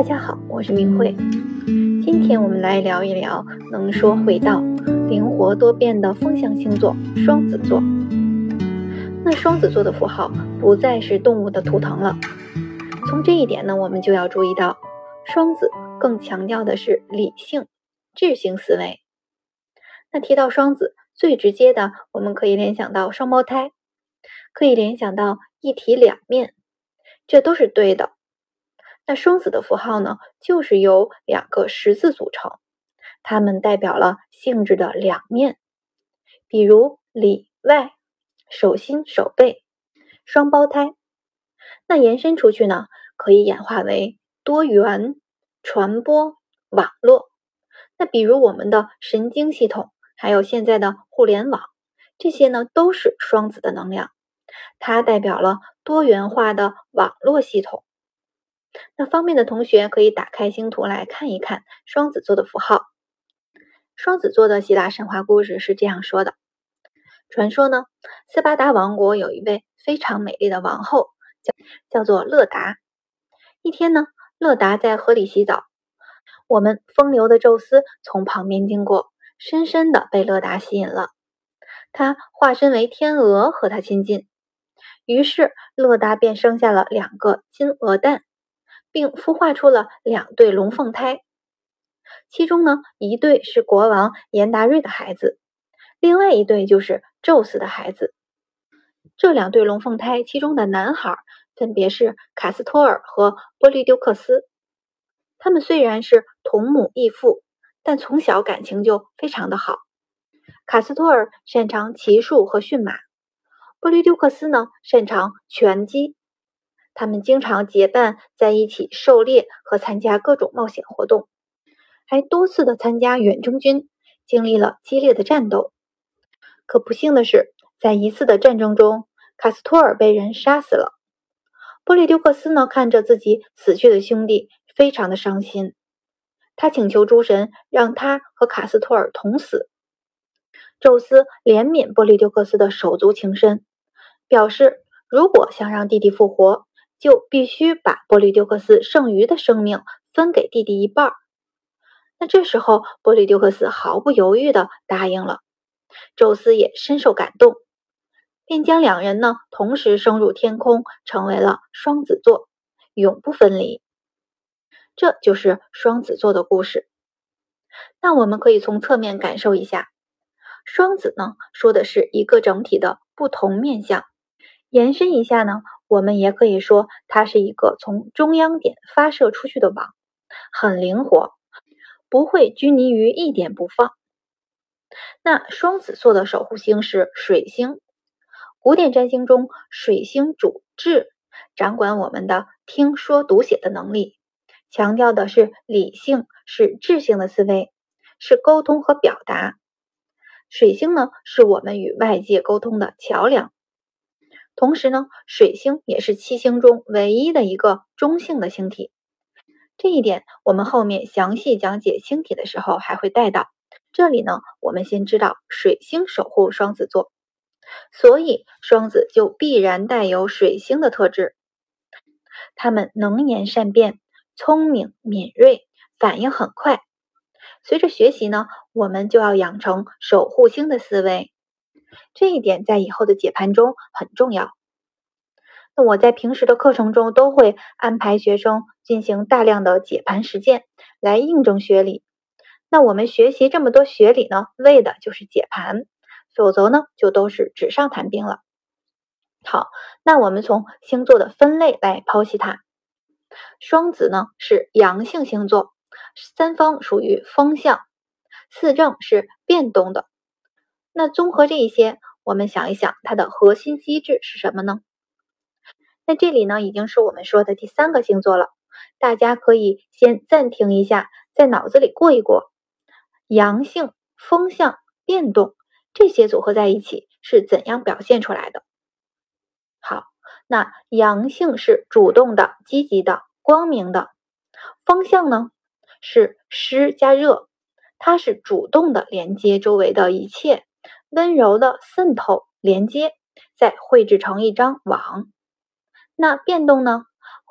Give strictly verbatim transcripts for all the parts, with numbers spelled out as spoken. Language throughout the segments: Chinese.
大家好，我是明慧。今天我们来聊一聊能说会道、灵活多变的风象星座双子座。那双子座的符号不再是动物的图腾了。从这一点呢，我们就要注意到，双子更强调的是理性、智性思维。那提到双子，最直接的我们可以联想到双胞胎，可以联想到一体两面，这都是对的。那双子的符号呢，就是由两个十字组成，它们代表了性质的两面，比如里外、手心手背、双胞胎。那延伸出去呢，可以演化为多元、传播、网络。那比如我们的神经系统，还有现在的互联网，这些呢都是双子的能量，它代表了多元化的网络系统。那方便的同学可以打开星图来看一看双子座的符号。双子座的希腊神话故事是这样说的：传说呢，斯巴达王国有一位非常美丽的王后，叫叫做勒达。一天呢，勒达在河里洗澡，我们风流的宙斯从旁边经过，深深地被勒达吸引了。他化身为天鹅和他亲近，于是勒达便生下了两个金鹅蛋，并孵化出了两对龙凤胎。其中呢，一对是国王颜达瑞的孩子，另外一对就是宙斯的孩子。这两对龙凤胎其中的男孩分别是卡斯托尔和波利丢克斯。他们虽然是同母异父，但从小感情就非常的好。卡斯托尔擅长骑术和驯马，波利丢克斯呢擅长拳击。他们经常结伴在一起狩猎和参加各种冒险活动，还多次的参加远征军，经历了激烈的战斗。可不幸的是，在一次的战争中，卡斯托尔被人杀死了。波利丢克斯呢，看着自己死去的兄弟，非常的伤心。他请求诸神让他和卡斯托尔同死。宙斯怜悯波利丢克斯的手足情深，表示如果想让弟弟复活，就必须把波利丢克斯剩余的生命分给弟弟一半。那这时候波利丢克斯毫不犹豫地答应了，宙斯也深受感动，便将两人呢同时升入天空，成为了双子座，永不分离。这就是双子座的故事。那我们可以从侧面感受一下，双子呢说的是一个整体的不同面向。延伸一下呢，我们也可以说它是一个从中央点发射出去的网，很灵活，不会拘泥于一点不放。那双子座的守护星是水星。古典占星中，水星主智，掌管我们的听说读写的能力，强调的是理性，是智性的思维，是沟通和表达。水星呢，是我们与外界沟通的桥梁。同时呢，水星也是七星中唯一的一个中性的星体。这一点我们后面详细讲解星体的时候还会带到。这里呢，我们先知道水星守护双子座，所以双子就必然带有水星的特质。他们能言善辩，聪明敏锐，反应很快。随着学习呢，我们就要养成守护星的思维。这一点在以后的解盘中很重要。那我在平时的课程中都会安排学生进行大量的解盘实践，来印证学理。那我们学习这么多学理呢，为的就是解盘，否则呢，就都是纸上谈兵了。好，那我们从星座的分类来剖析它。双子呢是阳性星座，三方属于风象，四正是变动的。那综合这一些，我们想一想它的核心机制是什么呢？那这里呢已经是我们说的第三个星座了，大家可以先暂停一下，在脑子里过一过，阳性、风象、变动这些组合在一起是怎样表现出来的？好，那阳性是主动的、积极的、光明的，风象呢是湿加热，它是主动的连接周围的一切，温柔的渗透连接，再绘制成一张网。那变动呢，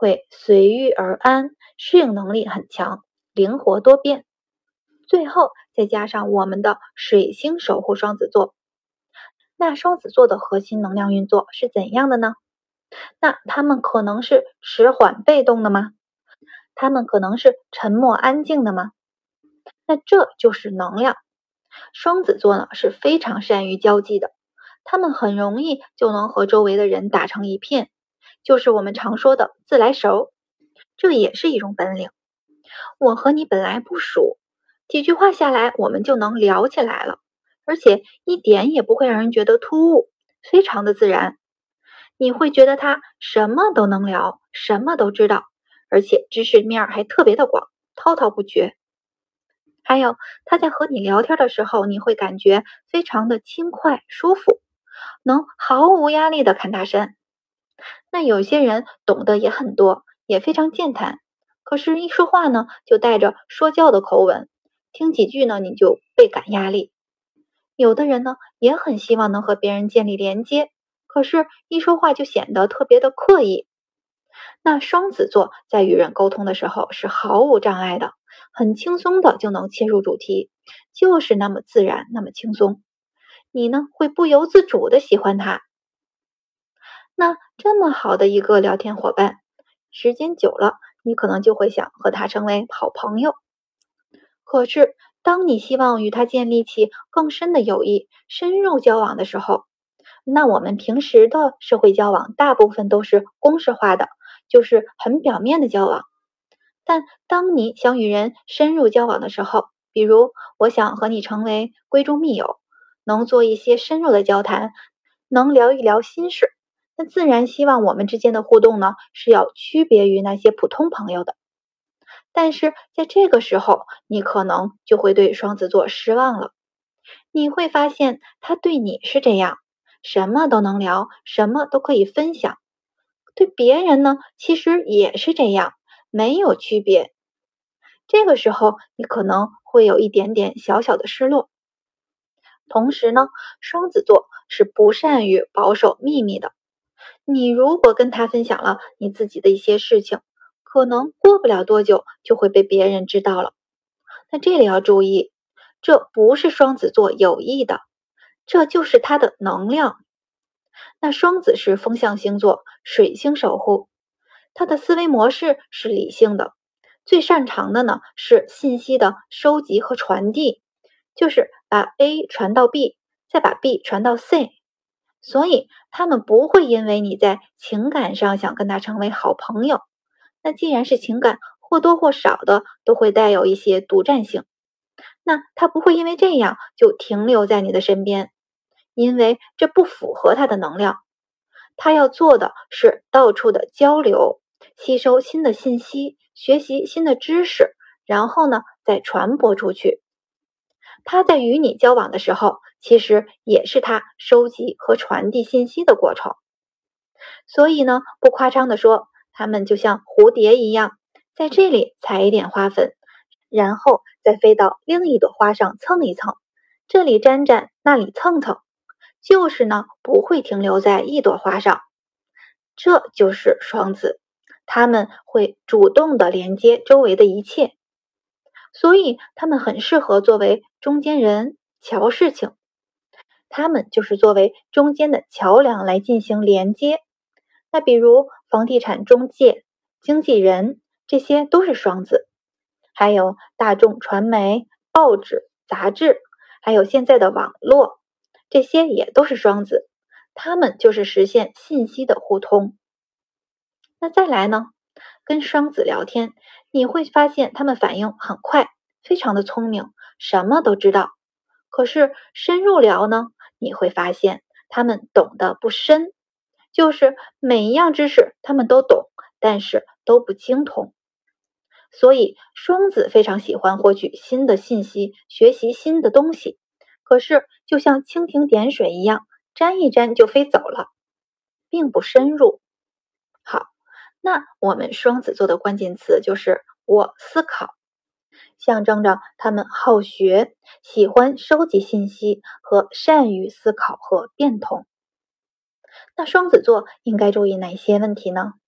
会随遇而安，适应能力很强，灵活多变。最后再加上我们的水星守护双子座，那双子座的核心能量运作是怎样的呢？那他们可能是迟缓被动的吗？他们可能是沉默安静的吗？那这就是能量。双子座呢是非常善于交际的，他们很容易就能和周围的人打成一片，就是我们常说的自来熟，这也是一种本领。我和你本来不熟，几句话下来我们就能聊起来了，而且一点也不会让人觉得突兀，非常的自然。你会觉得他什么都能聊，什么都知道，而且知识面还特别的广，滔滔不绝。还有他在和你聊天的时候，你会感觉非常的轻快舒服，能毫无压力的侃大山。那有些人懂得也很多，也非常健谈，可是一说话呢就带着说教的口吻，听几句呢你就倍感压力。有的人呢也很希望能和别人建立连接，可是一说话就显得特别的刻意。那双子座在与人沟通的时候是毫无障碍的，很轻松的就能切入主题，就是那么自然，那么轻松。你呢会不由自主的喜欢他。那这么好的一个聊天伙伴，时间久了，你可能就会想和他成为好朋友。可是当你希望与他建立起更深的友谊，深入交往的时候，那我们平时的社会交往大部分都是公式化的，就是很表面的交往。但当你想与人深入交往的时候，比如我想和你成为闺中密友，能做一些深入的交谈，能聊一聊心事，那自然希望我们之间的互动呢是要区别于那些普通朋友的。但是在这个时候，你可能就会对双子座失望了。你会发现他对你是这样，什么都能聊，什么都可以分享。对别人呢，其实也是这样，没有区别。这个时候，你可能会有一点点小小的失落。同时呢，双子座是不善于保守秘密的。你如果跟他分享了你自己的一些事情，可能过不了多久就会被别人知道了。那这里要注意，这不是双子座有意的，这就是他的能量。那双子是风象星座，水星守护，他的思维模式是理性的，最擅长的呢是信息的收集和传递，就是把 A 传到 B， 再把 B 传到 C。所以他们不会因为你在情感上想跟他成为好朋友，那既然是情感，或多或少的都会带有一些独占性，那他不会因为这样就停留在你的身边，因为这不符合他的能量。他要做的是到处的交流，吸收新的信息，学习新的知识，然后呢再传播出去。他在与你交往的时候，其实也是他收集和传递信息的过程。所以呢，不夸张地说，他们就像蝴蝶一样，在这里采一点花粉，然后再飞到另一朵花上蹭一蹭，这里沾沾，那里蹭蹭，就是呢不会停留在一朵花上。这就是双子，他们会主动的连接周围的一切。所以他们很适合作为中间人，瞧事情。他们就是作为中间的桥梁来进行连接。那比如房地产中介、经纪人，这些都是双子。还有大众传媒、报纸、杂志，还有现在的网络，这些也都是双子。他们就是实现信息的互通。那再来呢？跟双子聊天，你会发现他们反应很快，非常的聪明，什么都知道。可是深入聊呢，你会发现他们懂得不深，就是每一样知识他们都懂，但是都不精通。所以双子非常喜欢获取新的信息，学习新的东西。可是就像蜻蜓点水一样，沾一沾就飞走了，并不深入。好。那我们双子座的关键词就是我思考，象征着他们好学，喜欢收集信息和善于思考和变通。那双子座应该注意哪些问题呢？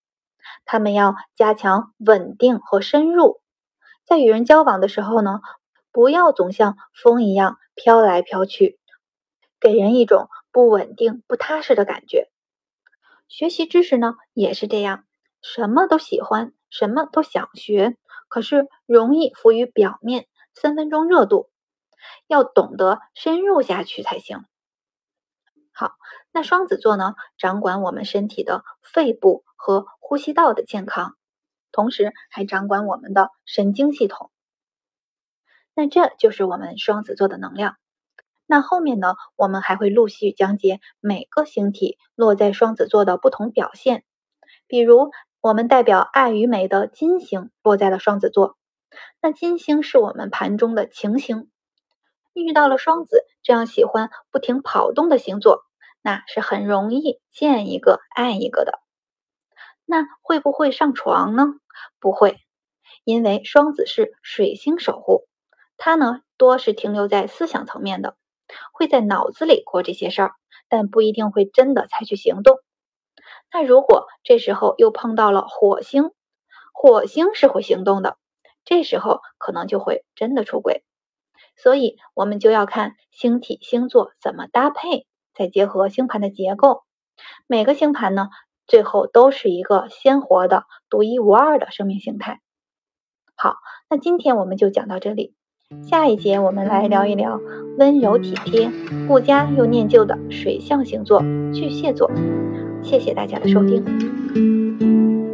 他们要加强稳定和深入，在与人交往的时候呢，不要总像风一样飘来飘去，给人一种不稳定、不踏实的感觉。学习知识呢，也是这样，什么都喜欢，什么都想学，可是容易浮于表面，三分钟热度，要懂得深入下去才行。好，那双子座呢，掌管我们身体的肺部和呼吸道的健康，同时还掌管我们的神经系统。那这就是我们双子座的能量。那后面呢，我们还会陆续讲解每个星体落在双子座的不同表现。比如，我们代表爱与美的金星落在了双子座，那金星是我们盘中的擎星。遇到了双子这样喜欢不停跑动的星座，那是很容易见一个爱一个的。那会不会上床呢？不会，因为双子是水星守护，它呢多是停留在思想层面的，会在脑子里过这些事儿，但不一定会真的采取行动。那如果这时候又碰到了火星，火星是会行动的，这时候可能就会真的出轨。所以我们就要看星体星座怎么搭配，再结合星盘的结构，每个星盘呢最后都是一个鲜活的独一无二的生命形态。好，那今天我们就讲到这里，下一节我们来聊一聊温柔体贴、顾家又念旧的水象星座巨蟹座。谢谢大家的收听。